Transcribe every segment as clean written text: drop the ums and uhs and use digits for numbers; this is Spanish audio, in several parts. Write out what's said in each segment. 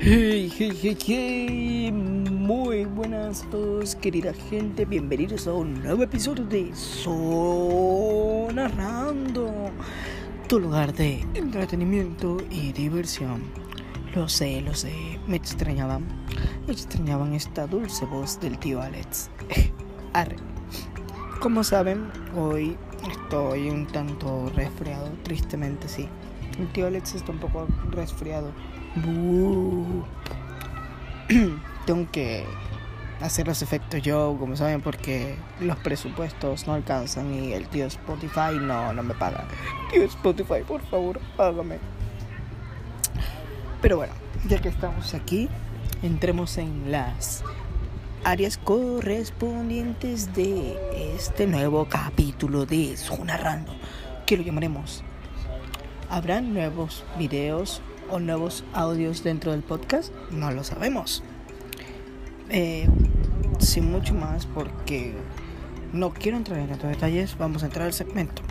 Hey, muy buenas a todos, querida gente. Bienvenidos a un nuevo episodio de Zona Random, tu lugar de entretenimiento y diversión. Lo sé, me extrañaban esta dulce voz del tío Alex. Arre. Como saben, hoy estoy un tanto resfriado, tristemente sí. El tío Alex está un poco resfriado. Tengo que hacer los efectos yo, como saben, porque los presupuestos no alcanzan y el tío Spotify no me paga. Tío Spotify, por favor, págame. Pero bueno, ya que estamos aquí, entremos en las áreas correspondientes de este nuevo capítulo de Zona Random, que lo llamaremos. ¿Habrán nuevos videos o nuevos audios dentro del podcast? No lo sabemos. Sin mucho más, porque no quiero entrar en tantos detalles, vamos a entrar al segmento.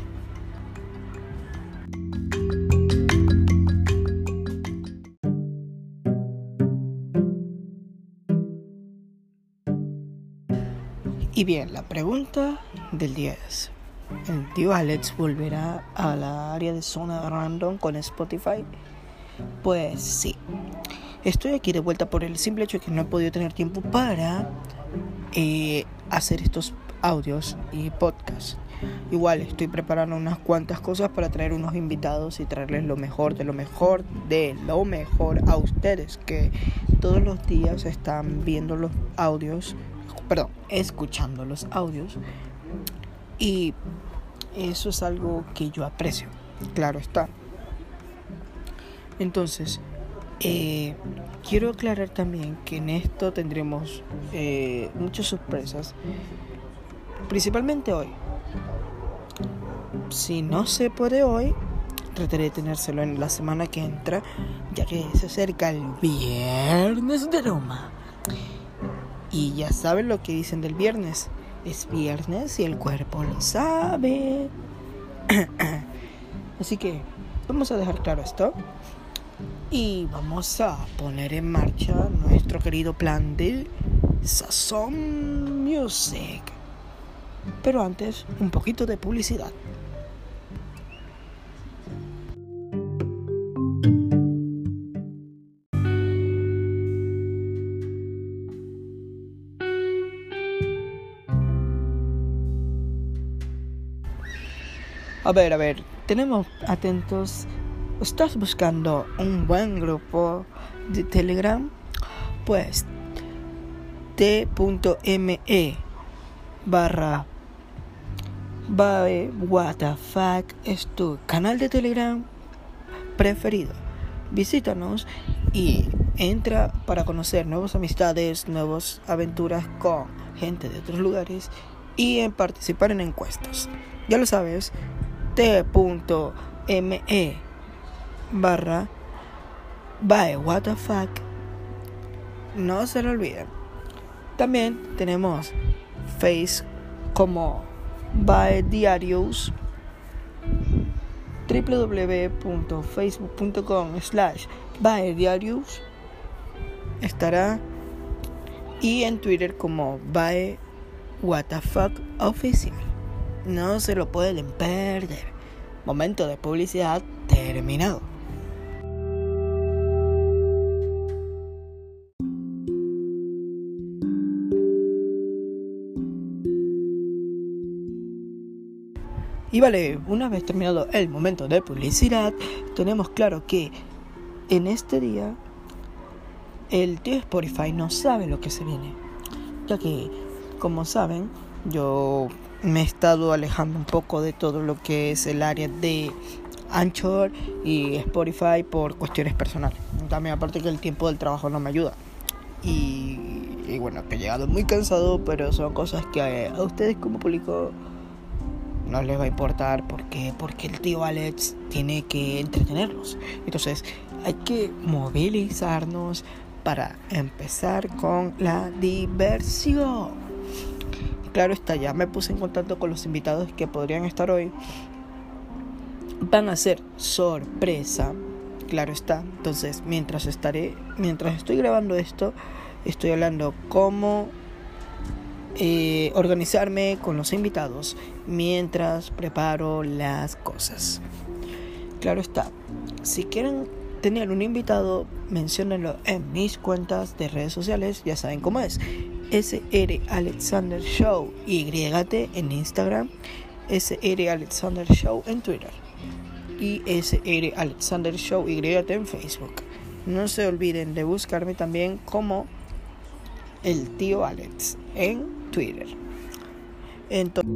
Y bien, la pregunta del día es: ¿el tío Alex volverá a la área de Zona Random con Spotify? Pues sí. Estoy aquí de vuelta por el simple hecho de que no he podido tener tiempo para hacer estos audios y podcasts. Igual estoy preparando unas cuantas cosas para traer unos invitados y traerles lo mejor de lo mejor a ustedes, que todos los días están viendo los audios, escuchando los audios, y eso es algo que yo aprecio, claro está. Entonces, quiero aclarar también que en esto tendremos muchas sorpresas, principalmente hoy. Si no se puede hoy, trataré de tenérselo en la semana que entra, ya que se acerca el viernes de Roma. Y ya saben lo que dicen del viernes: es viernes y el cuerpo lo sabe. Así que vamos a dejar claro esto y vamos a poner en marcha nuestro querido plan de Sazón Music. Pero antes, un poquito de publicidad. A ver, tenemos atentos. ¿Estás buscando un buen grupo de Telegram? Pues t.me/WTF es tu canal de Telegram preferido. Visítanos y entra para conocer nuevas amistades, nuevas aventuras con gente de otros lugares y en participar en encuestas. Ya lo sabes, t.me/WTF. No se lo olviden. También tenemos Face como Baediarios, www.facebook.com/Baediarios estará, y en Twitter como BaeWTFoficial. No se lo pueden perder. Momento de publicidad terminado. Y vale, una vez terminado el momento de publicidad, tenemos claro que en este día el tío Spotify no sabe lo que se viene, ya que, como saben, yo me he estado alejando un poco de todo lo que es el área de Anchor y Spotify por cuestiones personales. También, aparte que el tiempo del trabajo no me ayuda. Y bueno, que he llegado muy cansado, pero son cosas que a ustedes como público no les va a importar. ¿Por qué? Porque el tío Alex tiene que entretenerlos. Entonces hay que movilizarnos para empezar con la diversión. Claro está, ya me puse en contacto con los invitados que podrían estar hoy. Van a ser sorpresa. Claro está. Entonces, mientras estoy grabando esto, estoy hablando cómo organizarme con los invitados mientras preparo las cosas. Claro está. Si quieren tener un invitado, menciónenlo en mis cuentas de redes sociales. Ya saben cómo es. SR Alexander Show YT en Instagram, SR Alexander Show en Twitter y SR Alexander Show YT en Facebook. No se olviden de buscarme también como el tío Alex en Twitter. Entonces,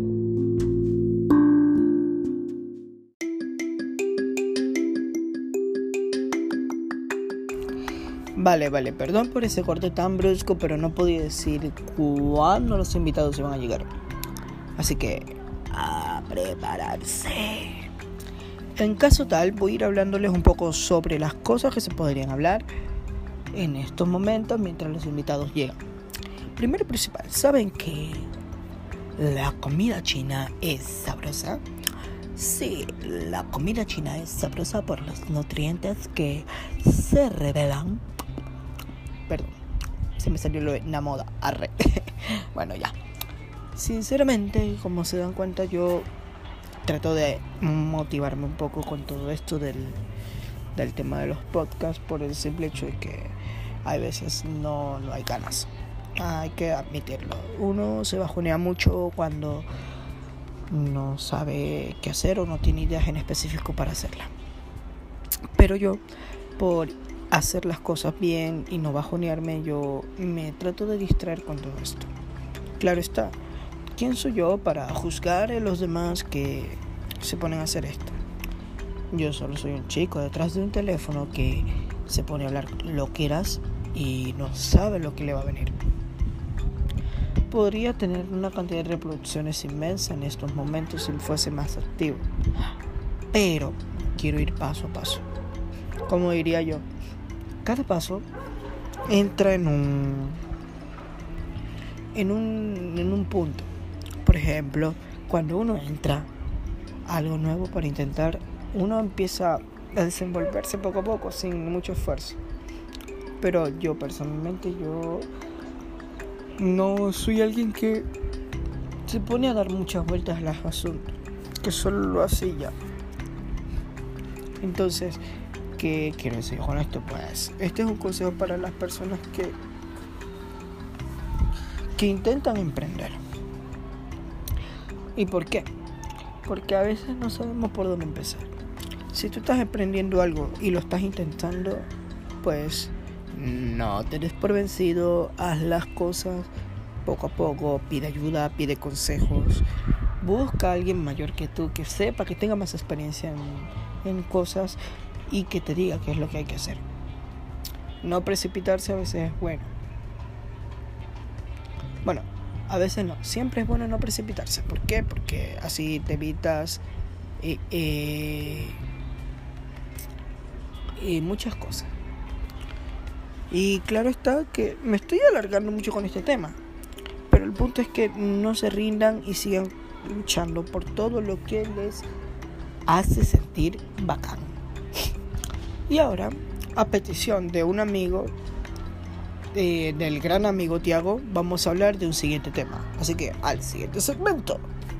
Vale, perdón por ese corte tan brusco, pero no podía decir cuándo los invitados iban a llegar. Así que, a prepararse. En caso tal, voy a ir hablándoles un poco sobre las cosas que se podrían hablar en estos momentos mientras los invitados llegan. Primero y principal, ¿saben que la comida china es sabrosa? Sí, la comida china es sabrosa por los nutrientes que se revelan. Perdón, se me salió lo de la moda. Arre. Bueno, ya. Sinceramente, como se dan cuenta, yo trato de motivarme un poco con todo esto del tema de los podcasts, por el simple hecho de que hay veces no hay ganas. Hay que admitirlo. Uno se bajonea mucho cuando no sabe qué hacer o no tiene ideas en específico para hacerla. Pero yo, por hacer las cosas bien y no bajonearme, yo me trato de distraer con todo esto. Claro está, ¿quién soy yo para juzgar a los demás que se ponen a hacer esto? Yo solo soy un chico detrás de un teléfono que se pone a hablar loqueras y no sabe lo que le va a venir. Podría tener una cantidad de reproducciones inmensa en estos momentos si fuese más activo, pero quiero ir paso a paso. Como diría yo, cada paso entra en un punto. Por ejemplo, cuando uno entra a algo nuevo para intentar, uno empieza a desenvolverse poco a poco sin mucho esfuerzo. Pero yo personalmente, yo no soy alguien que se pone a dar muchas vueltas a los asuntos, que solo lo hace y ya. Entonces, ¿qué quiero decir con esto? Pues este es un consejo para las personas que intentan emprender. ¿Y por qué? Porque a veces no sabemos por dónde empezar. Si tú estás emprendiendo algo y lo estás intentando, pues no te des por vencido, haz las cosas poco a poco, pide ayuda, pide consejos, busca a alguien mayor que tú, que sepa, que tenga más experiencia en cosas y que te diga qué es lo que hay que hacer. No precipitarse a veces es bueno. Bueno, a veces no, siempre es bueno no precipitarse. ¿Por qué? Porque así te evitas muchas cosas. Y claro está que me estoy alargando mucho con este tema, pero el punto es que no se rindan y sigan luchando por todo lo que les hace sentir bacán. Y ahora, a petición de un amigo, del gran amigo Tiago, vamos a hablar de un siguiente tema. Así que al siguiente segmento.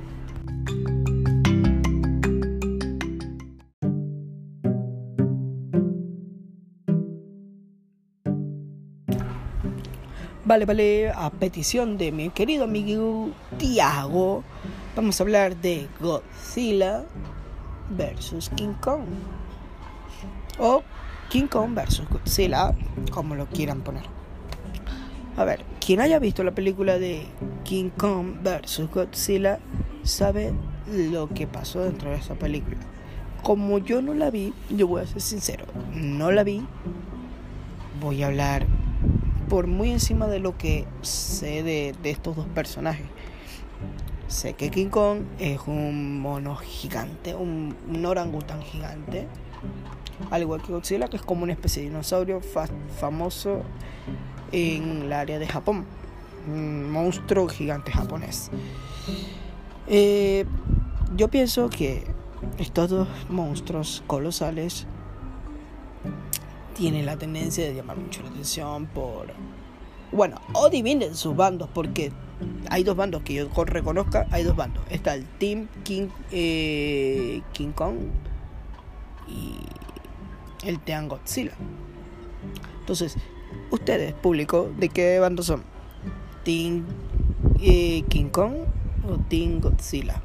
Vale, a petición de mi querido amigo Tiago, vamos a hablar de Godzilla vs King Kong, o King Kong vs Godzilla, como lo quieran poner. A ver, quien haya visto la película de King Kong vs Godzilla sabe lo que pasó dentro de esa película. Como yo no la vi, yo voy a ser sincero, no la vi. Voy a hablar por muy encima de lo que sé de estos dos personajes. Sé que King Kong es un mono gigante, un orangután gigante, al igual que Godzilla, que es como una especie de dinosaurio famoso en el área de Japón, un monstruo gigante japonés. Yo pienso que estos dos monstruos colosales tiene la tendencia de llamar mucho la atención por... Bueno, o dividen sus bandos, porque hay dos bandos que yo reconozca, hay dos bandos. Está el Team King Kong y el Team Godzilla. Entonces, ustedes, público, ¿de qué bando son? ¿Team King Kong o Team Godzilla?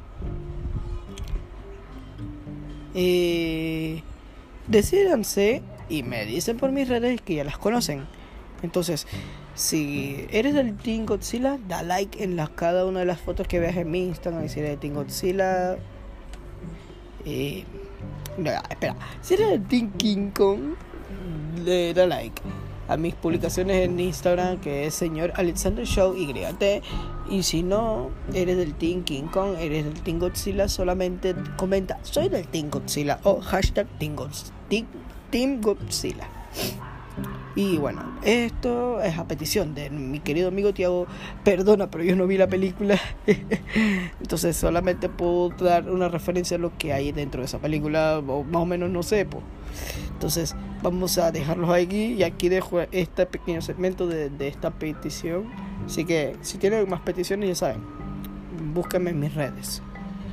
Decídanse y me dicen por mis redes que ya las conocen. Entonces, si eres del Team Godzilla, da like en cada una de las fotos que veas en mi Instagram. Y si eres del Team Godzilla, no, espera, si eres del Team King Kong, le da like a mis publicaciones en Instagram, que es señor Alexander Show YT. Y si no eres del Team King Kong, eres del Team Godzilla, solamente comenta soy del Team Godzilla o hashtag Team Godzilla. Y bueno, esto es a petición de mi querido amigo Tiago. Perdona, pero yo no vi la película. Entonces solamente puedo dar una referencia a lo que hay dentro de esa película, o más o menos no sé, pues. Entonces vamos a dejarlos aquí. Y aquí dejo este pequeño segmento de esta petición. Así que si tienen más peticiones, ya saben, búsquenme en mis redes.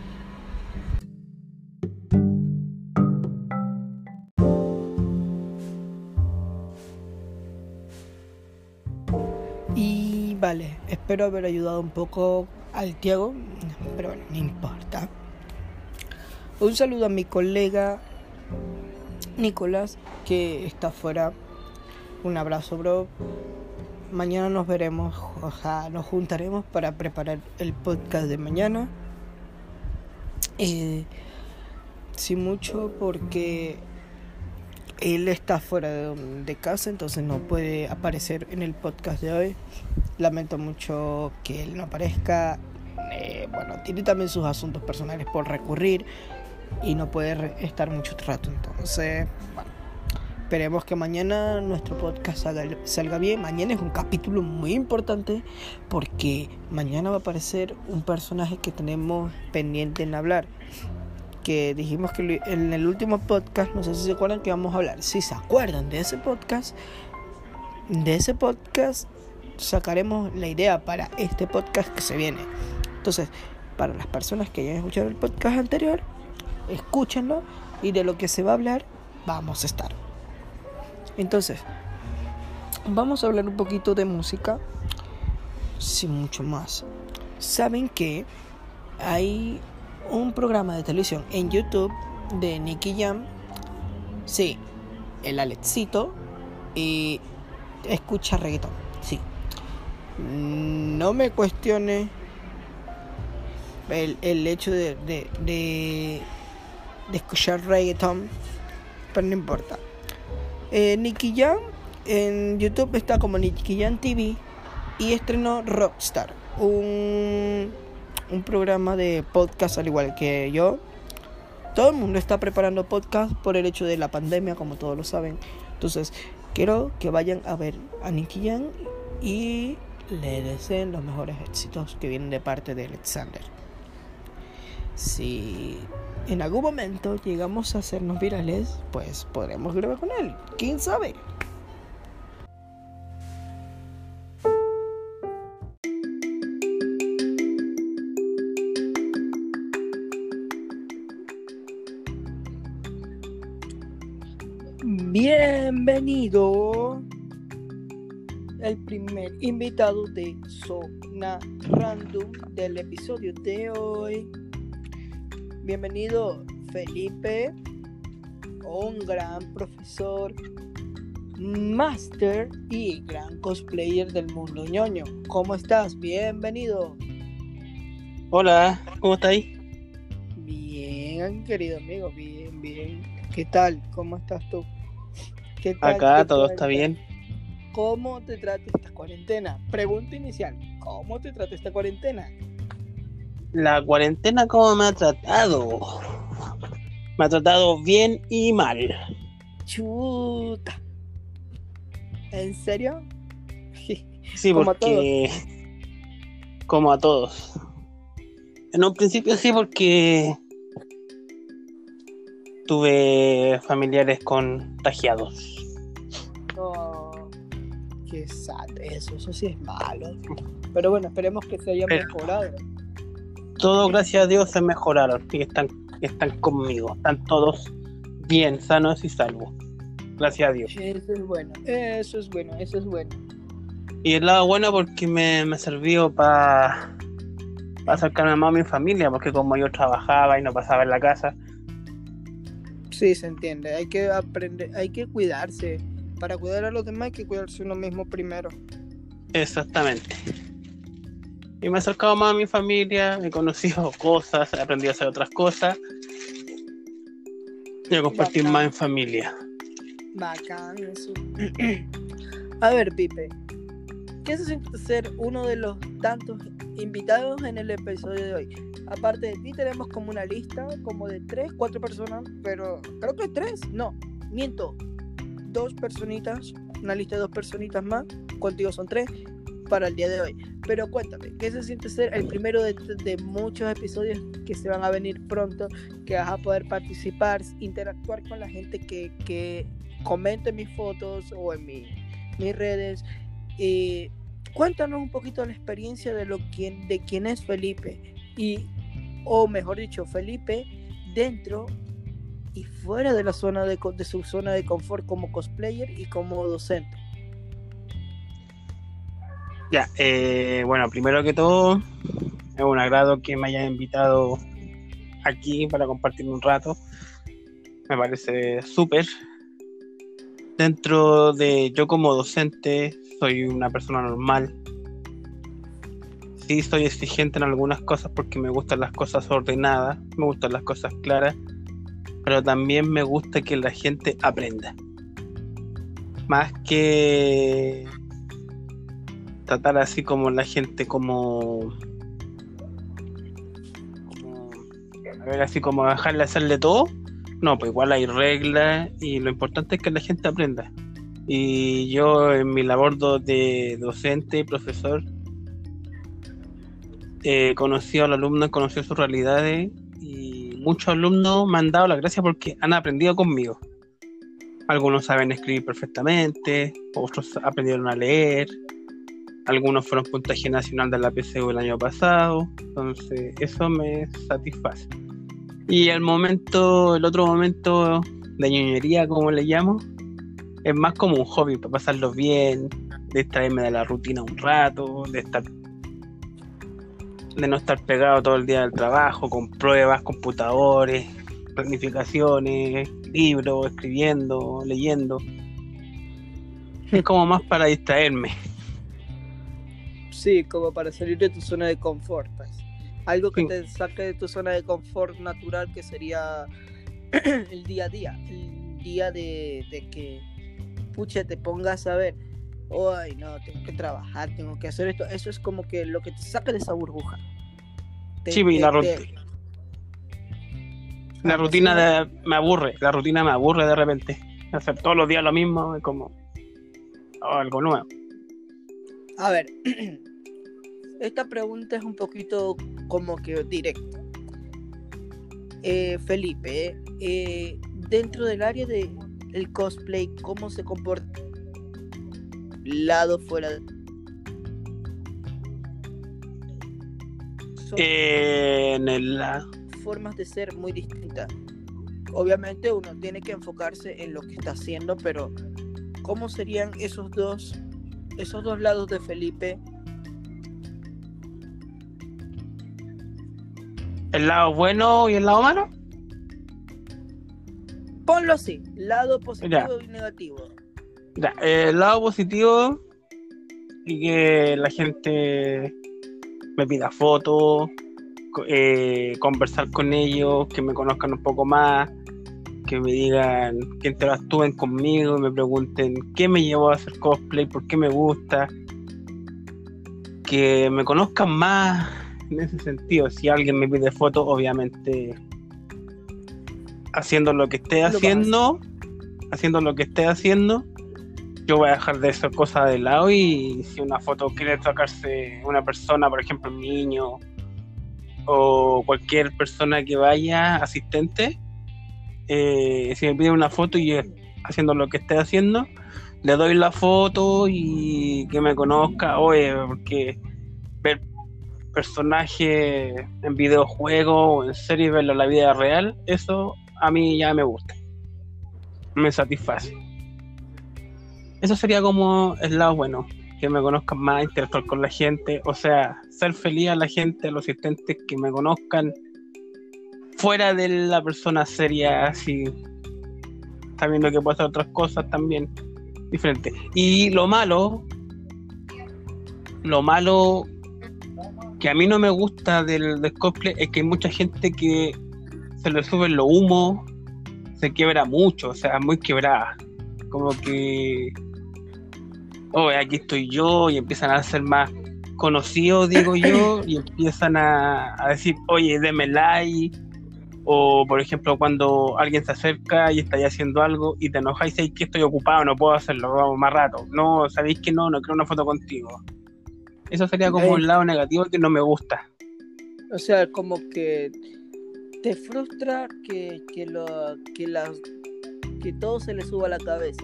Y vale, espero haber ayudado un poco al Tiago, pero bueno, no importa. Un saludo a mi colega Nicolás, que está afuera. Un abrazo, bro. Mañana nos veremos, nos juntaremos para preparar el podcast de mañana. Sin mucho, porque él está fuera de casa, entonces no puede aparecer en el podcast de hoy. Lamento mucho que él no aparezca. Bueno, tiene también sus asuntos personales por recurrir y no puede estar mucho rato. Entonces, bueno, esperemos que mañana nuestro podcast salga bien. Mañana es un capítulo muy importante, porque mañana va a aparecer un personaje que tenemos pendiente en hablar, que dijimos que en el último podcast, no sé si se acuerdan, que vamos a hablar. Si se acuerdan de ese podcast sacaremos la idea para este podcast que se viene. Entonces, para las personas que hayan escuchado el podcast anterior, escúchenlo, y de lo que se va a hablar vamos a estar. Entonces, vamos a hablar un poquito de música, sin mucho más. Saben que hay un programa de televisión en YouTube de Nicky Jam, sí, el Alexito, y escucha reggaetón, sí. No me cuestione el hecho de escuchar reggaetón, pero no importa. Nicky Jam en YouTube está como Nicky Jam TV, y estrenó Rockstar, un programa de podcast al igual que yo. Todo el mundo está preparando podcast por el hecho de la pandemia, como todos lo saben. Entonces quiero que vayan a ver a Nicky Jam y le deseen los mejores éxitos que vienen de parte de Alexander. Si en algún momento llegamos a hacernos virales, pues podremos grabar con él, quién sabe. Bienvenido, el primer invitado de Zona Random del episodio de hoy. Bienvenido, Felipe, un gran profesor, máster y gran cosplayer del mundo ñoño. ¿Cómo estás? Bienvenido. Hola, ¿cómo estáis? Bien, querido amigo, bien. ¿Qué tal? ¿Cómo estás tú? ¿Qué tal? Acá todo está bien. ¿Cómo te trata esta cuarentena? Pregunta inicial, ¿cómo te trata esta cuarentena? La cuarentena, ¿cómo me ha tratado? Me ha tratado bien y mal. Chuta. ¿En serio? Sí, como porque... Como a todos. En un principio sí, porque tuve familiares contagiados. qué sad eso sí es malo. Pero bueno, esperemos que se haya mejorado. Todo, gracias a Dios, se mejoraron y están conmigo. Están todos bien, sanos y salvos. Gracias a Dios. Eso es bueno. Y el lado bueno porque me sirvió para acercarme más a mi familia, porque como yo trabajaba y no pasaba en la casa. Sí, se entiende. Hay que aprender, hay que cuidarse. Para cuidar a los demás hay que cuidarse uno mismo primero. Exactamente. Y me he acercado más a mi familia, he conocido cosas, he aprendido a hacer otras cosas y a compartir más en familia. Bacán eso. A ver, Pipe, ¿qué se siente ser uno de los tantos invitados en el episodio de hoy? Aparte de ti tenemos como una lista como de 3, 4 personas, pero creo que 3, no, miento, 2 personitas, una lista de 2 personitas más, contigo son 3 para el día de hoy. Pero cuéntame, ¿qué se siente ser el primero de muchos episodios que se van a venir pronto, que vas a poder participar, interactuar con la gente que comente mis fotos o en mis redes? Cuéntanos un poquito la experiencia de quién es Felipe, o mejor dicho, Felipe dentro y fuera de la zona de su zona de confort como cosplayer y como docente. Ya, bueno, primero que todo, es un agrado que me hayan invitado aquí para compartir un rato. Me parece súper. Dentro de yo como docente, soy una persona normal. Sí, soy exigente en algunas cosas porque me gustan las cosas ordenadas, me gustan las cosas claras, pero también me gusta que la gente aprenda. Más que tratar así como la gente como a ver, así como dejarle hacerle todo. No, pues igual hay reglas y lo importante es que la gente aprenda. Y yo en mi labor de docente y profesor he conocido al alumno, he conocido sus realidades y muchos alumnos me han dado las gracias porque han aprendido conmigo. Algunos saben escribir perfectamente, otros aprendieron a leer, algunos fueron puntaje nacional de la PSU el año pasado, entonces eso me satisface. Y el otro momento de ñoñería, como le llamo, es más como un hobby, para pasarlo bien, de extraerme de la rutina un rato, de no estar pegado todo el día del trabajo, con pruebas, computadores, planificaciones, libros, escribiendo, leyendo. Es como más para distraerme. Sí, como para salir de tu zona de confort, pues. Algo que te saque de tu zona de confort natural, que sería el día a día. El día de que, pucha, te pongas a ver, ay, no, tengo que trabajar, tengo que hacer esto. Eso es como que lo que te saca de esa burbuja. La rutina me aburre de repente. Hacer todos los días lo mismo es como algo nuevo. A ver, esta pregunta es un poquito como que directa. Felipe, dentro del área del cosplay, ¿cómo se comporta lado fuera de... formas de ser muy distintas? Obviamente uno tiene que enfocarse en lo que está haciendo, pero ¿cómo serían esos dos lados de Felipe? ¿El lado bueno y el lado malo? Ponlo así, lado positivo y negativo. Ya, el lado positivo y que la gente me pida fotos, conversar con ellos, que me conozcan un poco más, que me digan, que interactúen conmigo, me pregunten qué me llevó a hacer cosplay, por qué me gusta, que me conozcan más en ese sentido. Si alguien me pide fotos, obviamente haciendo lo que esté haciendo, yo voy a dejar de hacer cosas de lado, y si una foto quiere sacarse una persona, por ejemplo un niño o cualquier persona que vaya, asistente, si me pide una foto y haciendo lo que esté haciendo, le doy la foto y que me conozca, oye, porque ver personajes en videojuegos o en series, verlo en la vida real, eso a mí ya me gusta, me satisface. Eso sería como el lado bueno, que me conozcan más, interactuar con la gente, o sea, ser feliz a la gente, a los asistentes que me conozcan, fuera de la persona seria, así, sabiendo que puede hacer otras cosas también diferentes. Y lo malo que a mí no me gusta del cosplay es que hay mucha gente que se le suben los humos, se quiebra mucho, o sea, muy quebrada. Como que, oh, aquí estoy yo, y empiezan a ser más conocidos, digo yo, y empiezan a decir, oye, deme like, o por ejemplo, cuando alguien se acerca y está haciendo algo y te enojas y dices que estoy ocupado, no puedo hacerlo, vamos más rato. No, sabéis que no quiero una foto contigo. Eso sería como un lado negativo que no me gusta. O sea, como que te frustra que todo se le suba a la cabeza.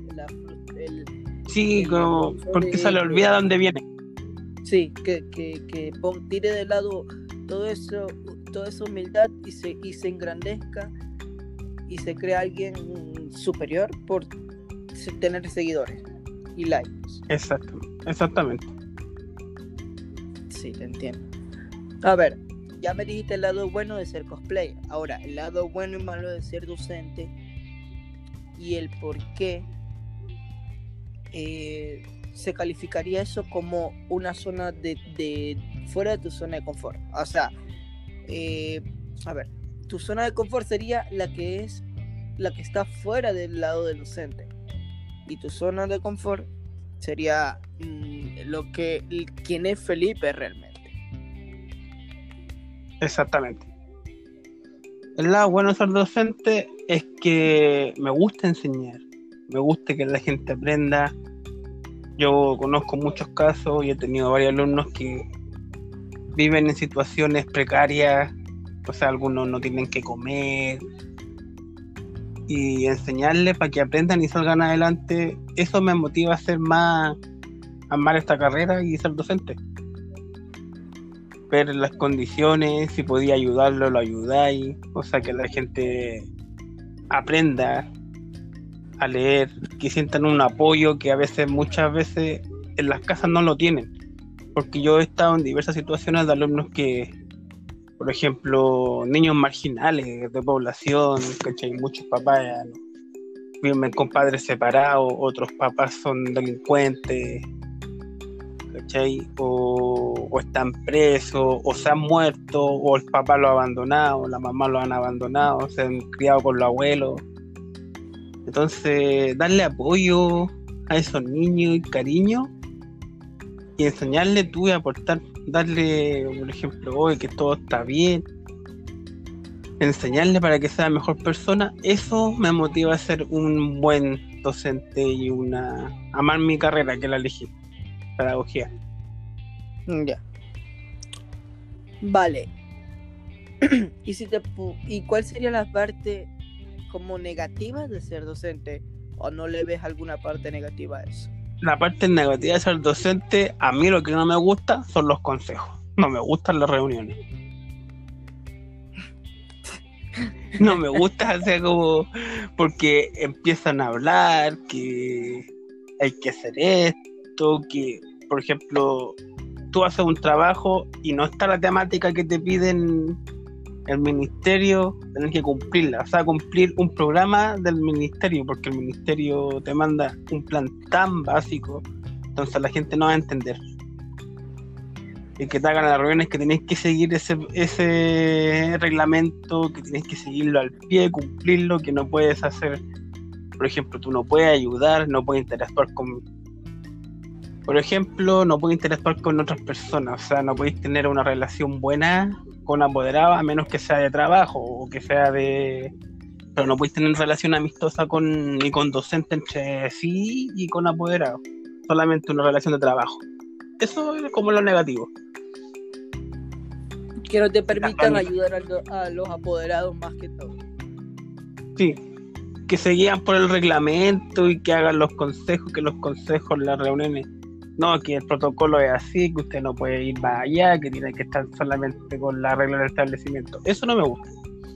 Sí, como porque se le olvida dónde viene. Sí, que tire de lado toda esa humildad y se engrandezca y se crea alguien superior por tener seguidores y likes. Exactamente. Sí, te entiendo. A ver, ya me dijiste el lado bueno de ser cosplayer. Ahora, el lado bueno y malo de ser docente y el por qué se calificaría eso como una zona de fuera de tu zona de confort. O sea, a ver, tu zona de confort sería la que está fuera del lado del docente, y tu zona de confort sería quien es Felipe realmente. Exactamente. El lado bueno de ser docente es que me gusta enseñar, me gusta que la gente aprenda. Yo conozco muchos casos y he tenido varios alumnos que viven en situaciones precarias, o sea, algunos no tienen que comer, y enseñarles para que aprendan y salgan adelante, eso me motiva a ser más, amar esta carrera y ser docente. Ver las condiciones, si podía ayudarlo, lo ayudáis, o sea, que la gente aprenda a leer, que sientan un apoyo que muchas veces en las casas no lo tienen, porque yo he estado en diversas situaciones de alumnos que, por ejemplo, niños marginales de población, ¿cachai? Muchos papás viven con padres separados, otros papás son delincuentes, ¿cachai? O están presos, o se han muerto, o el papá lo ha abandonado, la mamá lo han abandonado, se han criado con los abuelos. Entonces, darle apoyo a esos niños y cariño, y enseñarle tú y aportar, darle, por ejemplo, hoy que todo está bien, enseñarle para que sea mejor persona, eso me motiva a ser un buen docente y amar mi carrera, que la elegí, pedagogía. Ya. Vale. ¿Y cuál sería la parte como negativa de ser docente? ¿O no le ves alguna parte negativa a eso? La parte negativa de ser docente, a mí lo que no me gusta son los consejos. No me gustan las reuniones. No me gusta hacer como, porque empiezan a hablar que hay que hacer esto, que, por ejemplo, tú haces un trabajo y no está la temática que te piden el ministerio, tenés que cumplirla, o sea, cumplir un programa del ministerio, porque el ministerio te manda un plan tan básico, entonces la gente no va a entender. Y que te hagan las reuniones que tenés que seguir ese reglamento, que tenés que seguirlo al pie, cumplirlo, que no puedes hacer, por ejemplo, tú no puedes ayudar, no puedes interactuar con, por ejemplo, no puedes interactuar con otras personas, o sea, no puedes tener una relación buena con apoderado a menos que sea de trabajo o que sea pero no puedes tener relación amistosa ni con docente entre sí y con apoderado, solamente una relación de trabajo. Eso es como lo negativo. Que no te permitan ayudar a los apoderados más que todo. Sí, que se guían por el reglamento y que hagan los consejos, las reuniones, no, que el protocolo es así, que usted no puede ir más allá, que tiene que estar solamente con la regla del establecimiento. Eso no me gusta.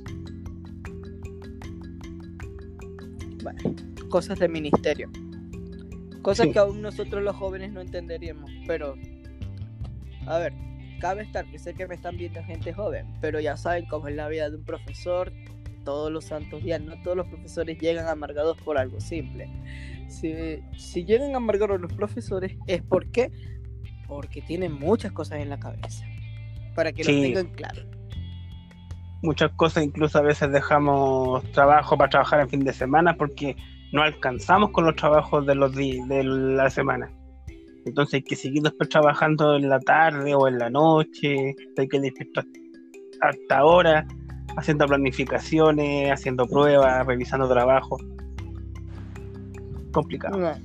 Bueno, cosas del ministerio. Cosas Sí. que aún nosotros los jóvenes no entenderíamos, pero a ver, cabe estar que sé que me están viendo gente joven, pero ya saben cómo es la vida de un profesor todos los santos días. No todos los profesores llegan amargados por algo simple. Si llegan amargados los profesores es porque tienen muchas cosas en la cabeza, para que lo Sí. tengan claro. Muchas cosas, incluso a veces dejamos trabajo para trabajar en fin de semana porque no alcanzamos con los trabajos de la semana. Entonces hay que seguir después trabajando en la tarde o en la noche, hay que despertar hasta ahora, haciendo planificaciones, haciendo pruebas, revisando trabajo. Complicado. No.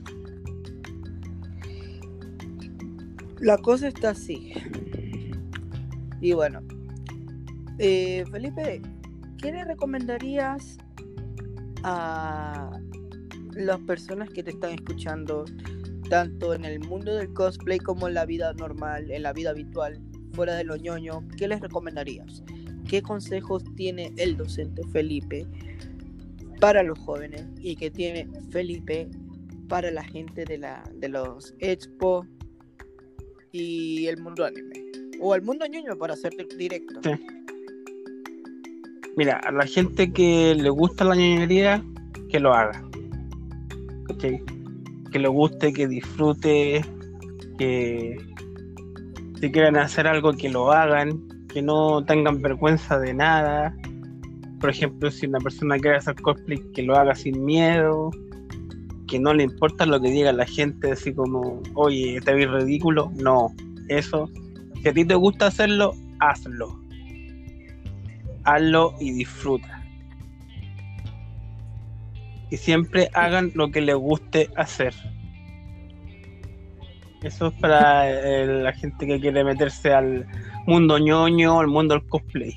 La cosa está así. Y bueno, Felipe, ¿qué le recomendarías a las personas que te están escuchando, tanto en el mundo del cosplay como en la vida normal, en la vida habitual, fuera de lo ñoño? ¿Qué les recomendarías? ¿Qué consejos tiene el docente Felipe para los jóvenes y qué tiene Felipe para la gente de los expo y el mundo anime? O el mundo ñoño, para hacerte directo. Sí. Mira, a la gente que le gusta la ñoñería, que lo haga. ¿Cachai? Que le guste, que disfrute, que si quieren hacer algo, que lo hagan, que no tengan vergüenza de nada. Por ejemplo, si una persona quiere hacer cosplay, que lo haga sin miedo, que no le importa lo que diga la gente, así como, oye, te ves ridículo. No, eso, si a ti te gusta hacerlo, hazlo. Hazlo y disfruta. Y siempre hagan lo que les guste hacer. Eso es para la gente que quiere meterse al mundo ñoño, al mundo del cosplay.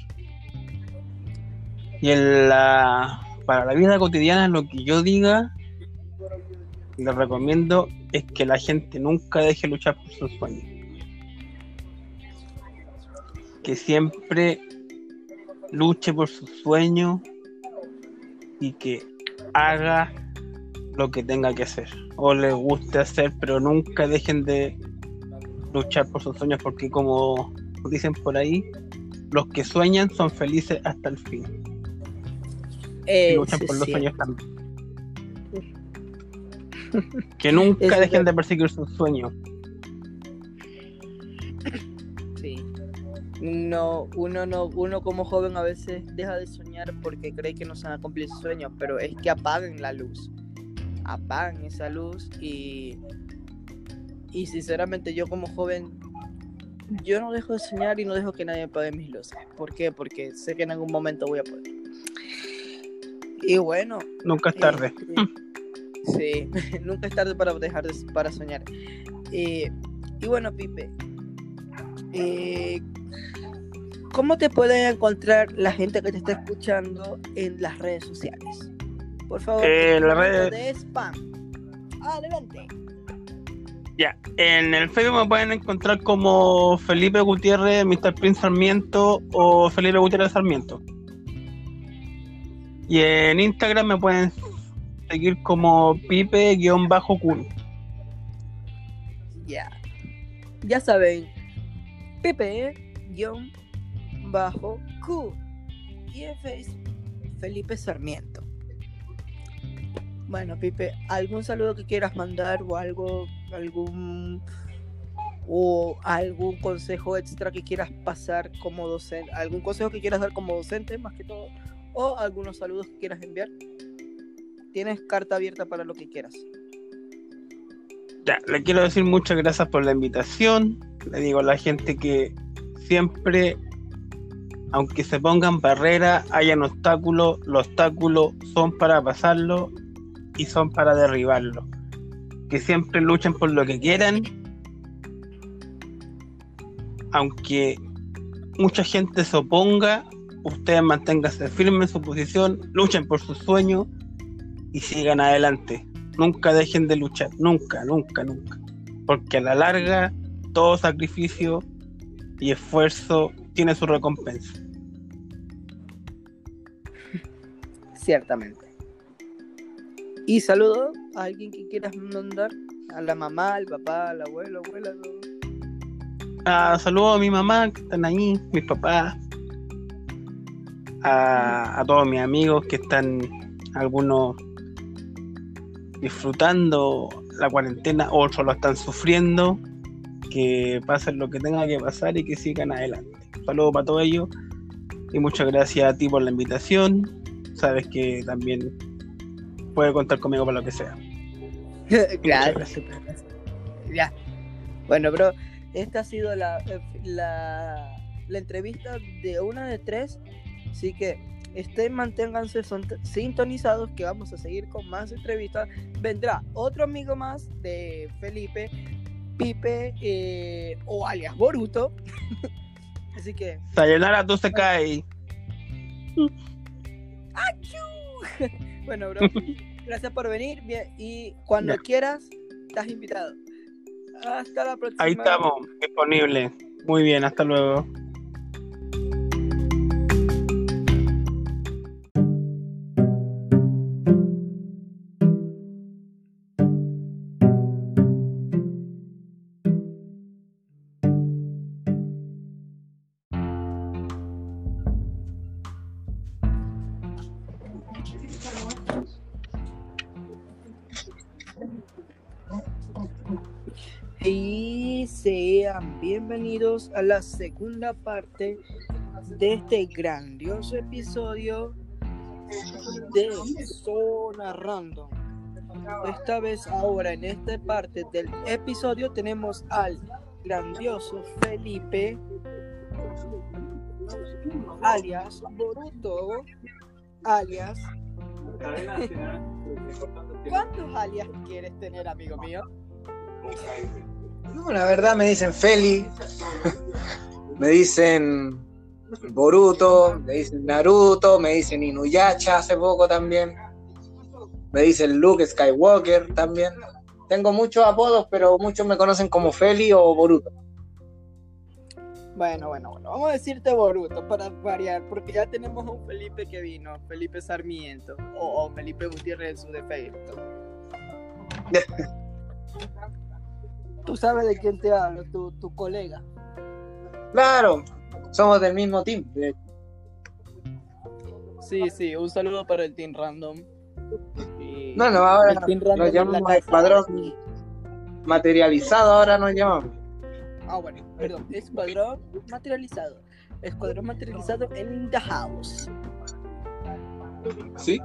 Y para la vida cotidiana, lo que yo diga, les recomiendo es que la gente nunca deje luchar por sus sueños. Que siempre luche por sus sueños y que haga lo que tenga que hacer o le guste hacer, pero nunca dejen de luchar por sus sueños, porque como dicen por ahí, los que sueñan son felices hasta el fin y luchan por los sueños también. Que nunca dejen de perseguir sus sueños. Sí. Uno como joven a veces deja de soñar porque cree que no se van a cumplir sus sueños, pero es que apaguen la luz, apagan esa luz y sinceramente yo como joven, yo no dejo de soñar y no dejo que nadie me apague mis luces. ¿Por qué? Porque sé que en algún momento voy a poder. Y bueno, nunca es tarde. Sí, nunca es tarde para para soñar. Y bueno, Pipe, ¿cómo te pueden encontrar la gente que te está escuchando en las redes sociales? Por favor, las redes de spam. Adelante. Ya, en el Facebook me pueden encontrar como Felipe Gutiérrez, Mr. Prince Sarmiento o Felipe Gutiérrez Sarmiento. Y en Instagram me pueden seguir como Pipe-Kun. Ya saben, Pipe-Q y en Facebook Felipe Sarmiento. Bueno, Pipe, ¿algún saludo que quieras mandar o algún consejo extra que quieras pasar como docente? ¿Algún consejo que quieras dar como docente, más que todo? ¿O algunos saludos que quieras enviar? Tienes carta abierta para lo que quieras. Ya, le quiero decir muchas gracias por la invitación. Le digo a la gente que siempre, aunque se pongan barreras, hayan obstáculos, los obstáculos son para pasarlo y son para derribarlo. Que siempre luchen por lo que quieran, aunque mucha gente se oponga, ustedes manténganse firmes en su posición, luchen por sus sueños y sigan adelante. Nunca dejen de luchar, nunca, nunca, nunca. Porque a la larga, todo sacrificio y esfuerzo tiene su recompensa. Ciertamente. Y saludo a alguien que quieras mandar, a la mamá, al papá, al abuelo, abuela, todo. Saludo a mi mamá que están ahí, mis papás, a todos mis amigos que están, algunos disfrutando la cuarentena, otros lo están sufriendo, que pasen lo que tenga que pasar y que sigan adelante. Un saludo para todos ellos y muchas gracias a ti por la invitación. Sabes que también puedes contar conmigo para lo que sea. Gracias. Ya. Bueno, bro, esta ha sido la entrevista de 1 de 3, así que manténganse sintonizados que vamos a seguir con más entrevistas. Vendrá otro amigo más de Felipe, Pipe, o alias Boruto. Así que Sayonara, tú se cae. Bueno, bro, gracias por venir y cuando quieras estás invitado. Hasta la próxima. Ahí estamos, disponibles. Muy bien, hasta luego. Y sean bienvenidos a la segunda parte de este grandioso episodio de Zona Random. Esta vez, ahora en esta parte del episodio, tenemos al grandioso Felipe, alias Boruto, alias... ¿Cuántos alias quieres tener, amigo mío? No, la verdad me dicen Feli, me dicen Boruto, me dicen Naruto, me dicen Inuyasha hace poco también, me dicen Luke Skywalker también. Tengo muchos apodos, pero muchos me conocen como Feli o Boruto. Bueno, vamos a decirte Boruto para variar, porque ya tenemos a un Felipe que vino, Felipe Sarmiento, o Felipe Gutiérrez en su defecto. Tú sabes de quién te hablo, tu colega. Claro, somos del mismo team. Sí, un saludo para el Team Random. Bueno, ahora nos llamamos Escuadrón Materializado, ahora nos llamamos. Bueno, perdón, Escuadrón Materializado. Escuadrón Materializado in the house. ¿Sí?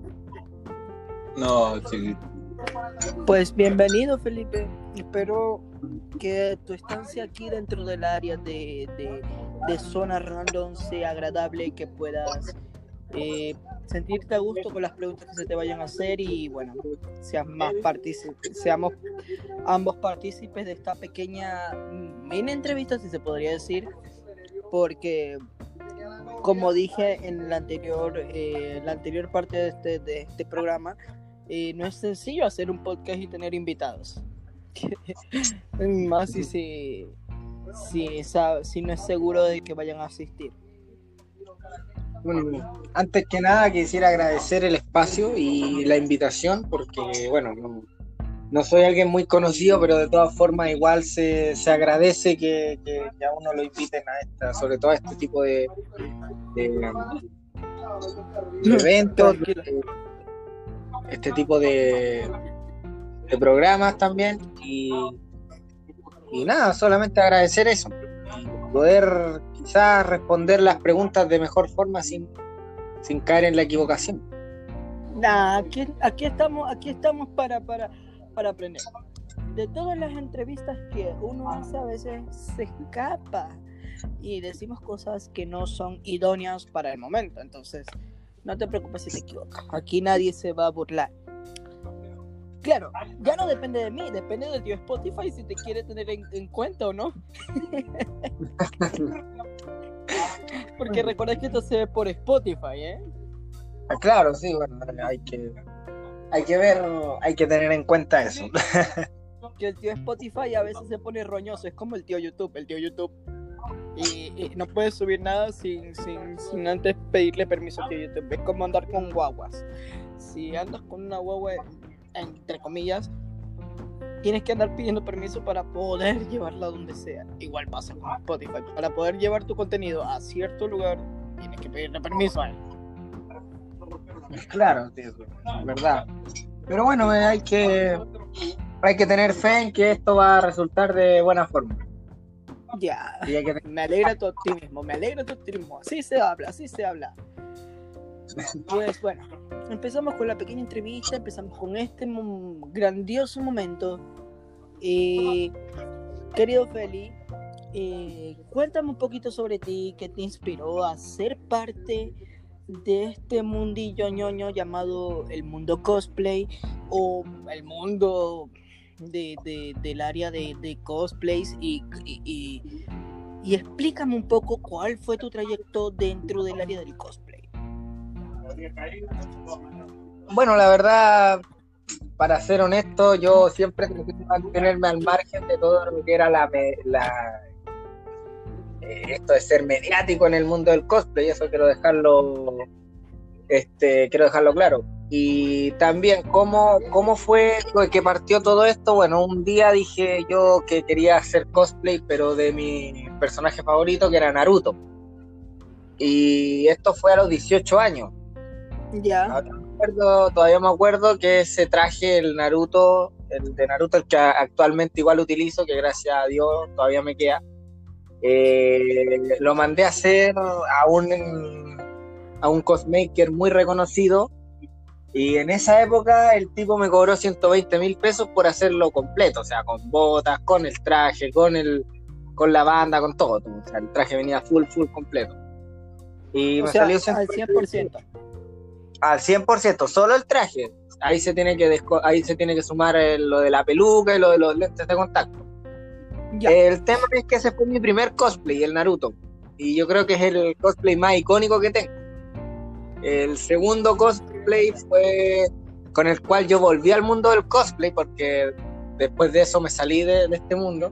No, sí. Pues bienvenido, Felipe. Espero que tu estancia aquí dentro del área de Zona Random sea agradable y que puedas sentirte a gusto con las preguntas que se te vayan a hacer y bueno, seamos ambos partícipes de esta pequeña mini entrevista, si se podría decir, porque como dije en la anterior parte de este programa, no es sencillo hacer un podcast y tener invitados. Más si no es seguro de que vayan a asistir. Bueno, antes que nada quisiera agradecer el espacio y la invitación, porque bueno, no soy alguien muy conocido, pero de todas formas igual se agradece que a uno lo inviten sobre todo a este tipo de eventos, este tipo de programas también y nada, solamente agradecer eso, poder quizás responder las preguntas de mejor forma sin caer en la equivocación. Aquí estamos para aprender. De todas las entrevistas que uno hace, a veces se escapa y decimos cosas que no son idóneas para el momento, entonces no te preocupes si te equivocas, aquí nadie se va a burlar. Claro, ya no depende de mí, depende de tu Spotify si te quiere tener en cuenta o no. Porque recuerda que esto se ve por Spotify, ¿eh? Claro, sí, bueno, hay hay que ver, hay que tener en cuenta eso. Que el tío Spotify a veces se pone roñoso, es como el tío YouTube. Y no puedes subir nada sin antes pedirle permiso al tío YouTube. Es como andar con guaguas. Si andas con una guagua, entre comillas, tienes que andar pidiendo permiso para poder llevarla donde sea. Igual pasa con Spotify. Para poder llevar tu contenido a cierto lugar, tienes que pedirle permiso a él. Claro, tío, es verdad. Pero bueno, hay que tener fe en que esto va a resultar de buena forma. Ya, Y hay que me alegra tu optimismo, Así se habla. Pues bueno, empezamos con la pequeña entrevista, empezamos con este grandioso momento. Querido Feli, cuéntame un poquito sobre ti, qué te inspiró a ser parte de este mundillo ñoño llamado el mundo cosplay o el mundo del área de cosplays y explícame un poco cuál fue tu trayecto dentro del área del cosplay. Bueno, la verdad, para ser honesto, yo siempre traté de mantenerme al margen de todo lo que era esto de ser mediático en el mundo del cosplay. Eso quiero dejarlo claro. Y también cómo fue que partió todo esto. Bueno, un día dije yo que quería hacer cosplay, pero de mi personaje favorito, que era Naruto. Y esto fue a los 18 años. Ya. Todavía me acuerdo que ese traje, el de Naruto, el que actualmente igual utilizo, que gracias a Dios todavía me queda, lo mandé a hacer a un cosmaker muy reconocido, y en esa época el tipo me cobró 120,000 pesos por hacerlo completo, o sea, con botas, con el traje, con la banda, con todo. O sea, el traje venía full completo. Y me salió al 100%. Al 100%, solo el traje. Ahí se tiene que sumar lo de la peluca y lo de los lentes de contacto. Ya. El tema es que ese fue mi primer cosplay, el Naruto. Y yo creo que es el cosplay más icónico que tengo. El segundo cosplay fue con el cual yo volví al mundo del cosplay, porque después de eso me salí de este mundo.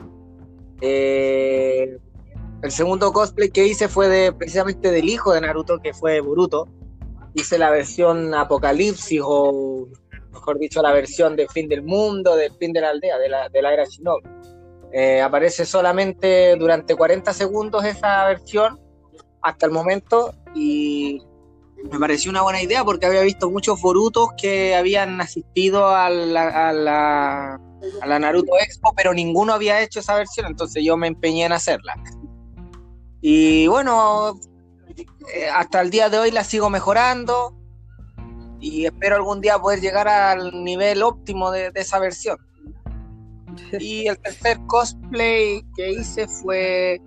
El segundo cosplay que hice fue precisamente del hijo de Naruto, que fue Boruto. Hice la versión Apocalipsis, o mejor dicho, la versión del fin del mundo, del fin de la aldea, de la era Shinobi. Aparece solamente durante 40 segundos esa versión hasta el momento, y me pareció una buena idea porque había visto muchos Borutos que habían asistido a la Naruto Expo, pero ninguno había hecho esa versión, entonces yo me empeñé en hacerla. Y bueno, hasta el día de hoy la sigo mejorando y espero algún día poder llegar al nivel óptimo de esa versión. Y el tercer cosplay que hice fue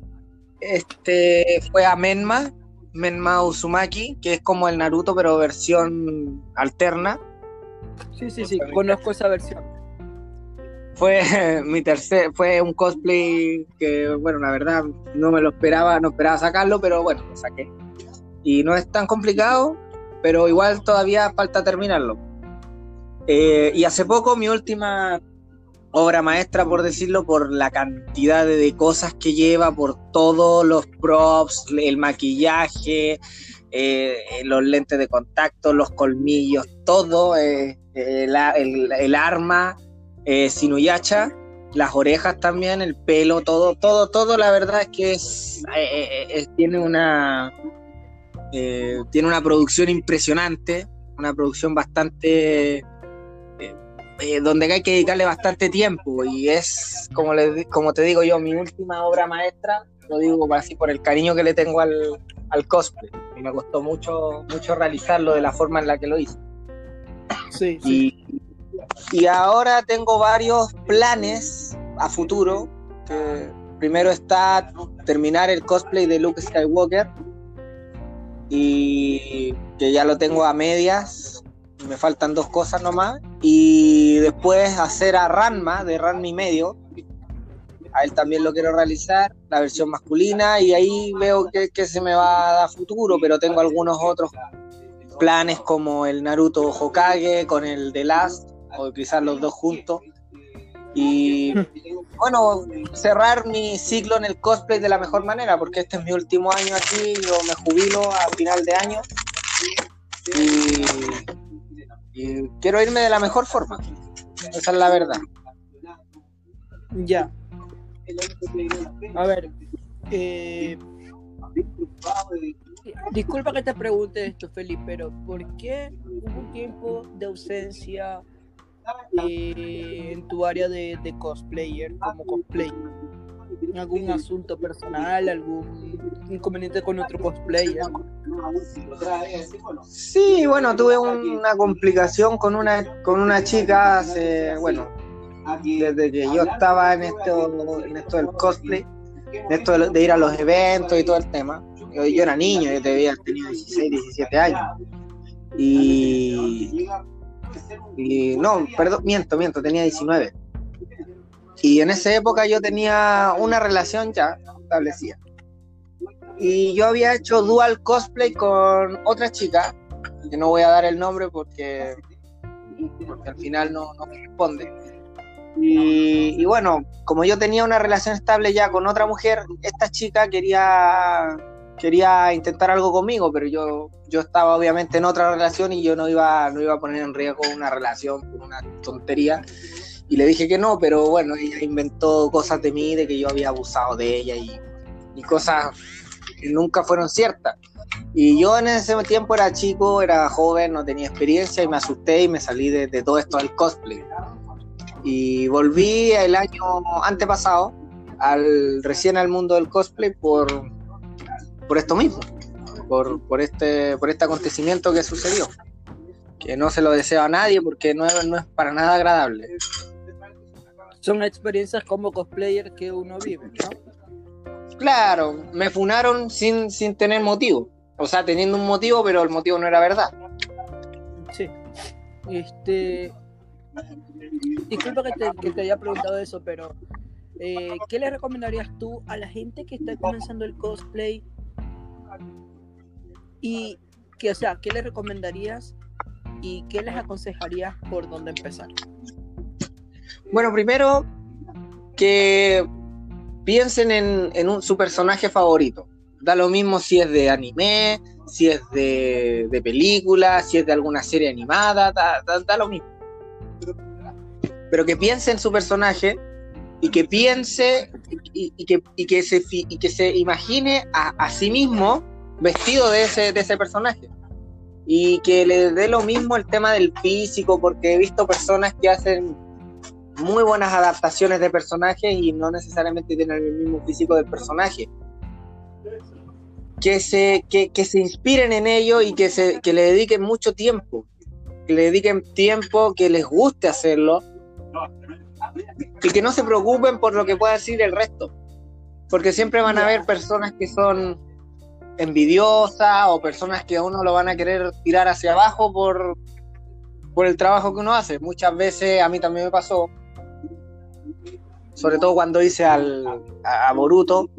a Menma Uzumaki, que es como el Naruto pero versión alterna. Sí, conozco esa versión. Fue fue un cosplay que, bueno, la verdad no esperaba sacarlo, pero bueno, lo saqué. Y no es tan complicado, pero igual todavía falta terminarlo. Y hace poco mi última obra maestra, por decirlo, por la cantidad de cosas que lleva, por todos los props, el maquillaje, los lentes de contacto, los colmillos, todo, el arma, Shinuyacha, las orejas también, el pelo, todo, la verdad es que tiene una producción impresionante, una producción bastante donde hay que dedicarle bastante tiempo, y es, como te digo yo, mi última obra maestra. Lo digo así por el cariño que le tengo al cosplay, y me costó mucho realizarlo de la forma en la que lo hice. Sí. Y ahora tengo varios planes a futuro. Que primero está terminar el cosplay de Luke Skywalker, y que ya lo tengo a medias, me faltan 2 cosas nomás, y después hacer a Ranma, de Ranma y medio. A él también lo quiero realizar, la versión masculina, y ahí veo que se me va a dar futuro, pero tengo algunos otros planes como el Naruto Hokage con el The Last, o quizás los dos juntos. Y bueno, cerrar mi ciclo en el cosplay de la mejor manera, porque este es mi último año aquí, yo me jubilo a final de año y quiero irme de la mejor forma, esa es la verdad. Ya. A ver, disculpa que te pregunte esto, Felipe, pero ¿por qué hubo un tiempo de ausencia en tu área de cosplayer, como cosplayer? ¿Algún asunto personal, algún inconveniente con otro cosplayer? Sí, bueno, tuve una complicación con una chica hace, bueno, desde que yo estaba en esto del cosplay, en esto de ir a los eventos y todo el tema. Yo era niño, yo tenía 16, 17 años. Y no, perdón, miento, tenía 19. Y en esa época yo tenía una relación ya establecida. Y yo había hecho dual cosplay con otra chica, que no voy a dar el nombre porque al final no corresponde. Y bueno, como yo tenía una relación estable ya con otra mujer, esta chica quería intentar algo conmigo, pero yo estaba obviamente en otra relación y yo no iba a poner en riesgo una relación por una tontería. Y le dije que no, pero bueno, ella inventó cosas de mí, de que yo había abusado de ella y cosas que nunca fueron ciertas. Y yo en ese tiempo era chico, era joven, no tenía experiencia y me asusté y me salí de todo esto del cosplay. Y volví el año antepasado recién al mundo del cosplay por esto mismo, por este acontecimiento que sucedió, que no se lo deseo a nadie porque no es para nada agradable. Son experiencias como cosplayer que uno vive, ¿no? Claro, me funaron sin tener motivo, o sea, teniendo un motivo, pero el motivo no era verdad. Sí. Disculpa que te haya preguntado eso, pero ¿qué le recomendarías tú a la gente que está comenzando el cosplay? Y ¿qué le recomendarías y qué les aconsejarías por dónde empezar? Bueno, primero que piensen en su personaje favorito. Da lo mismo si es de anime, si es de película, si es de alguna serie animada, da lo mismo. Pero que piense en su personaje y que piense y que se imagine a sí mismo vestido de ese personaje. Y que le dé lo mismo el tema del físico, porque he visto personas que hacen muy buenas adaptaciones de personajes y no necesariamente tienen el mismo físico del personaje. Que se inspiren en ello y que le dediquen mucho tiempo, que le dediquen tiempo, que les guste hacerlo y que no se preocupen por lo que pueda decir el resto, porque siempre van a haber personas que son envidiosas o personas que a uno lo van a querer tirar hacia abajo por el trabajo que uno hace. Muchas veces a mí también me pasó, sobre todo cuando hice a Boruto.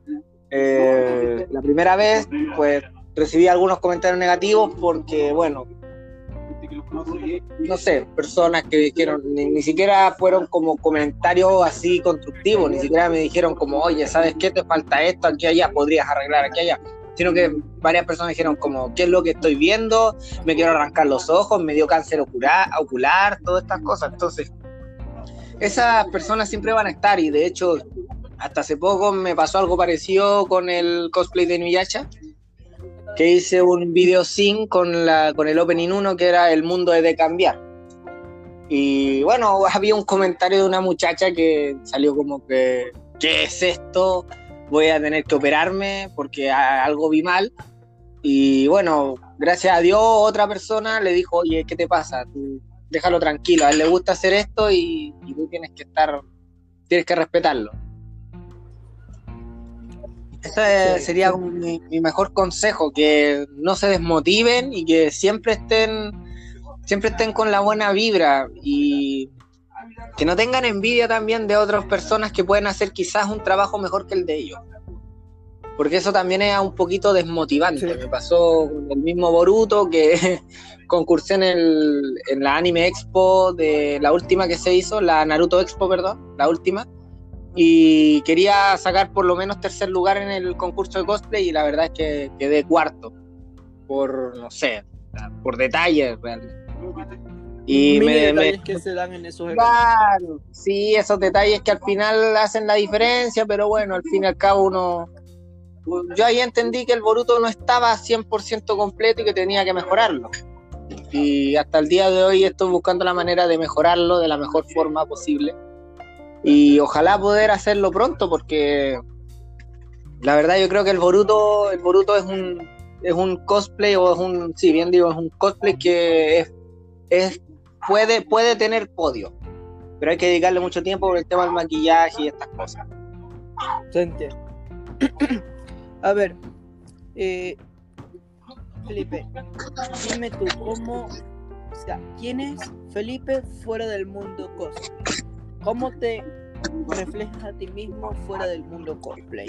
La primera vez, pues recibí algunos comentarios negativos porque, bueno, no sé, personas que dijeron, ni siquiera fueron como comentarios así constructivos, ni siquiera me dijeron como, oye, ¿sabes qué? Te falta esto, aquí, allá, podrías arreglar aquí, allá. Sino que varias personas dijeron como, ¿qué es lo que estoy viendo? Me quiero arrancar los ojos, me dio cáncer ocular, todas estas cosas. Entonces, esas personas siempre van a estar, y de hecho, hasta hace poco me pasó algo parecido con el cosplay de Inuyasha, que hice un video sync con el Opening 1, que era El mundo es de cambiar. Y bueno, había un comentario de una muchacha que salió como que, ¿qué es esto? Voy a tener que operarme porque algo vi mal. Y bueno, gracias a Dios, otra persona le dijo, oye, ¿qué te pasa? Tú déjalo tranquilo, a él le gusta hacer esto y tú tienes que respetarlo. Ese sería mi mejor consejo, que no se desmotiven y que siempre estén con la buena vibra y que no tengan envidia también de otras personas que pueden hacer quizás un trabajo mejor que el de ellos. porque eso también es un poquito desmotivante. Sí. Me pasó con el mismo Boruto, que concursé en la Anime Expo de la última que se hizo, la Naruto Expo, perdón, la última, y quería sacar por lo menos tercer lugar en el concurso de cosplay, y la verdad es que quedé cuarto, por, no sé, por detalles realmente. Y Mini detalles que se dan en esos eventos. claro, sí, esos detalles que al final hacen la diferencia, pero bueno, al fin y al cabo yo ahí entendí que el Boruto no estaba 100% completo y que tenía que mejorarlo. Y hasta el día de hoy estoy buscando la manera de mejorarlo de la mejor forma posible. Y ojalá poder hacerlo pronto, porque la verdad yo creo que el Boruto es un cosplay, o es un, sí, bien digo, es un cosplay que puede tener podio, pero hay que dedicarle mucho tiempo por el tema del maquillaje y estas cosas. Se entiende. A ver, Felipe, dime tú, ¿quién es Felipe fuera del mundo cosplay? ¿Cómo te reflejas a ti mismo fuera del mundo cosplay?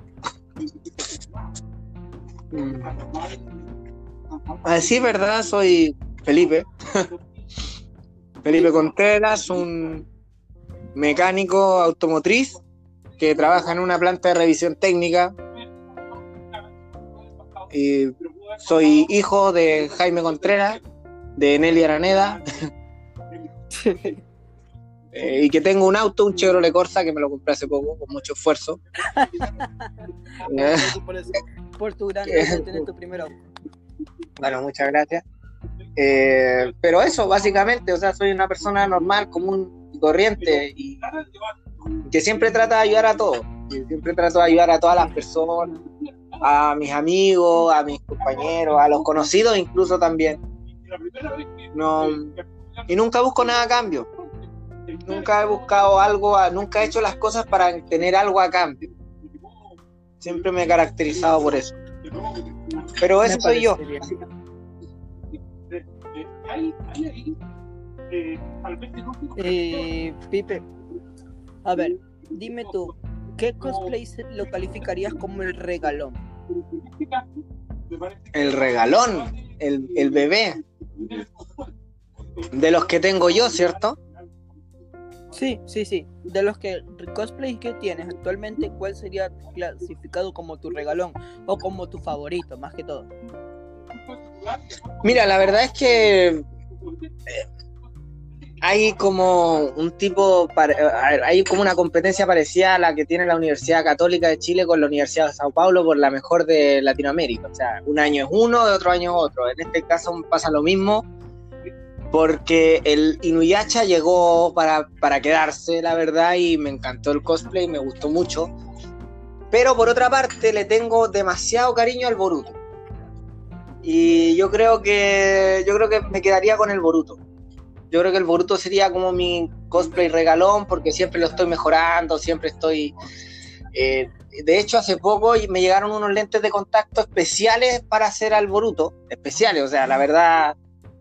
A decir verdad, soy Felipe. Felipe Contreras, un mecánico automotriz que trabaja en una planta de revisión técnica. Y soy hijo de Jaime Contreras, de Nelly Araneda, y que tengo un auto, un Chevrolet Corsa, que me lo compré hace poco, con mucho esfuerzo. Por tu gran de tener tu primer auto. Bueno, muchas gracias. Pero eso, básicamente, o sea, soy una persona normal, común y corriente, y que siempre trata de ayudar a todos. Siempre trato de ayudar a todas las personas, a mis amigos, a mis compañeros, a los conocidos incluso también. No, y nunca busco nada a cambio. Nunca he buscado algo, nunca he hecho las cosas para tener algo a cambio. Siempre me he caracterizado por eso. Pero ese soy yo. Pipe, a ver, dime tú, ¿qué cosplay lo calificarías como el regalón? El regalón, el bebé. De los que tengo yo, ¿cierto? Sí. De los cosplays que tienes actualmente, ¿cuál sería clasificado como tu regalón? O como tu favorito, más que todo. Mira, la verdad es que hay como un tipo, hay como una competencia parecida a la que tiene la Universidad Católica de Chile con la Universidad de Sao Paulo por la mejor de Latinoamérica. O sea, un año es uno, de otro año es otro. En este caso pasa lo mismo, porque el Inuyasha llegó para quedarse, la verdad, y me encantó el cosplay, me gustó mucho. Pero por otra parte le tengo demasiado cariño al Boruto. Y yo creo que me quedaría con el Boruto. Yo creo que el Boruto sería como mi cosplay regalón, porque siempre lo estoy mejorando, siempre estoy... de hecho, hace poco me llegaron unos lentes de contacto especiales para hacer al Boruto. Especiales, o sea, la verdad...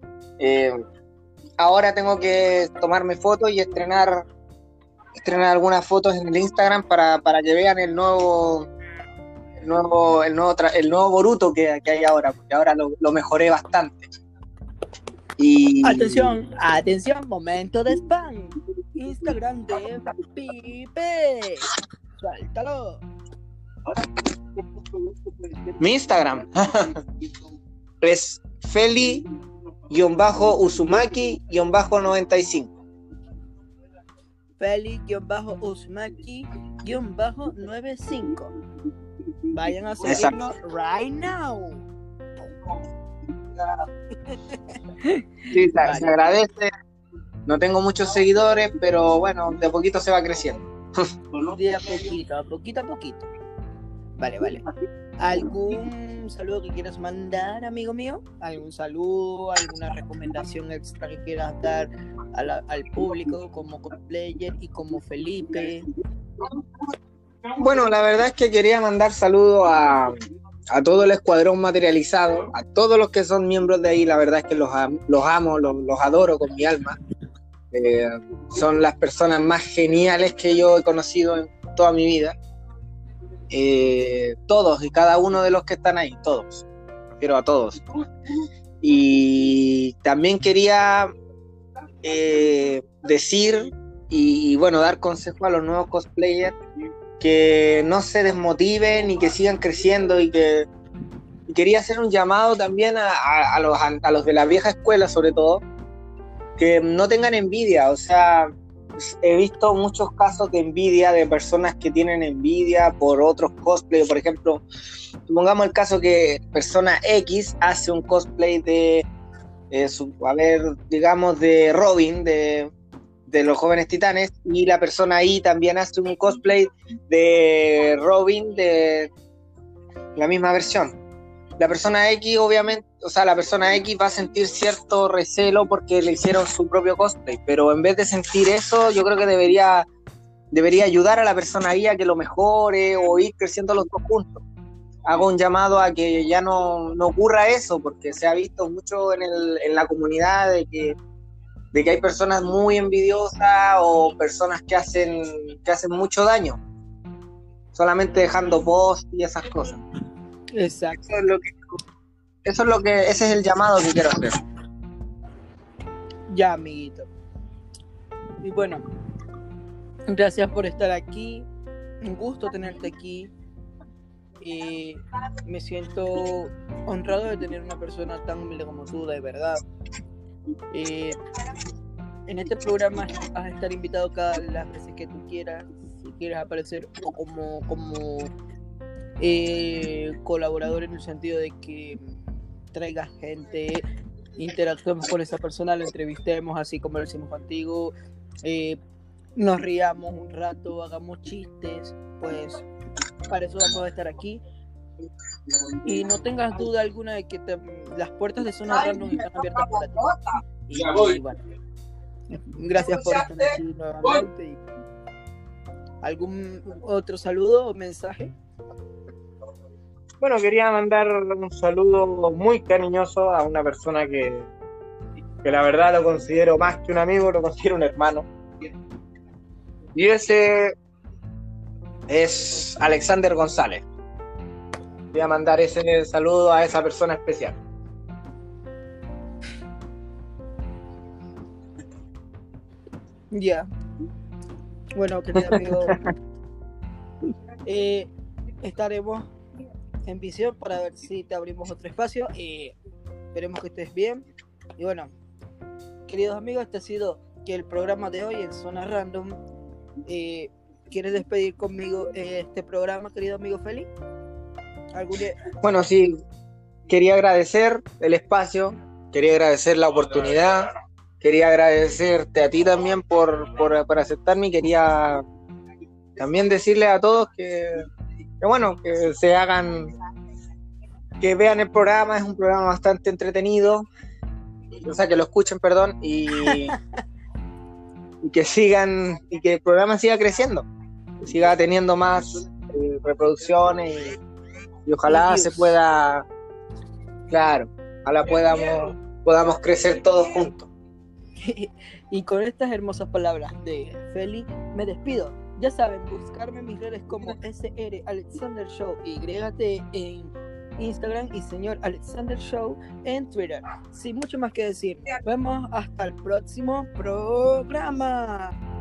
ahora tengo que tomarme fotos y estrenar algunas fotos en el Instagram para que vean el nuevo Boruto que hay ahora, porque ahora lo mejoré bastante. Y Atención, momento de spam. Instagram de Pipe. Suéltalo. mi Instagram es Feli-Uzumaki-95. Feli-Uzumaki-95. Vayan a seguirnos right now. Sí, vale. Se agradece. No tengo muchos seguidores, pero bueno, de a poquito se va creciendo. De a poquito a poquito. Vale. ¿Algún saludo que quieras mandar, amigo mío? ¿Algún saludo, alguna recomendación extra que quieras dar al público como cosplayer y como Felipe? Bueno, la verdad es que quería mandar saludos a todo el escuadrón materializado, a todos los que son miembros de ahí. La verdad es que los amo, los adoro con mi alma. Son las personas más geniales que yo he conocido en toda mi vida. todos y cada uno de los que están ahí, todos, refiero a todos. Y también quería decir y bueno, dar consejo a los nuevos cosplayers que no se desmotiven y que sigan creciendo y quería hacer un llamado también a los de la vieja escuela, sobre todo, que no tengan envidia. O sea, he visto muchos casos de envidia de personas que tienen envidia por otros cosplays. Por ejemplo, supongamos el caso que persona X hace un cosplay de digamos de Robin de los Jóvenes Titanes, y la persona Y también hace un cosplay de Robin de la misma versión. La persona X, obviamente, o sea, la persona X va a sentir cierto recelo porque le hicieron su propio cosplay, pero en vez de sentir eso, yo creo que debería ayudar a la persona Y a que lo mejore o ir creciendo los dos juntos. Hago un llamado a que ya no ocurra eso, porque se ha visto mucho en la comunidad de que hay personas muy envidiosas o personas que hacen mucho daño, solamente dejando posts y esas cosas. Exacto. Ese es el llamado que quiero hacer. Ya, amiguito. Y bueno, gracias por estar aquí. Un gusto tenerte aquí. Me siento honrado de tener una persona tan humilde como tú, de verdad. En este programa vas a estar invitado cada las veces que tú quieras, si quieres aparecer o como colaborador, en el sentido de que traigas gente, interactuemos con esa persona, la entrevistemos así como lo hicimos contigo, nos riamos un rato, hagamos chistes, pues para eso vamos a estar aquí. Y no tengas duda alguna de que las puertas de Zona Random están abiertas para ti. Y bueno, gracias por estar aquí nuevamente. Y ¿algún otro saludo o mensaje? Bueno, quería mandar un saludo muy cariñoso a una persona que la verdad lo considero más que un amigo, lo considero un hermano. Y ese es Alexander González. Voy a mandar ese saludo a esa persona especial. Ya. Bueno, querido amigo, estaremos en visión para ver si te abrimos otro espacio. Esperemos que estés bien. Y bueno, queridos amigos, este ha sido el programa de hoy en Zona Random. ¿Quieres despedir conmigo este programa, querido amigo Félix? Bueno, sí, quería agradecer el espacio, quería agradecer la oportunidad, quería agradecerte a ti también por aceptarme, y quería también decirle a todos que bueno, que se hagan, que vean el programa. Es un programa bastante entretenido, o sea, que lo escuchen, perdón, y que sigan, y que el programa siga creciendo, que siga teniendo más reproducciones y ojalá se pueda, claro, ojalá podamos crecer todos juntos. Y con estas hermosas palabras de Feli, me despido. Ya saben, buscarme en mis redes como SR Alexander Show, YT en Instagram y señor Alexander Show en Twitter. Sin mucho más que decir, nos vemos hasta el próximo programa.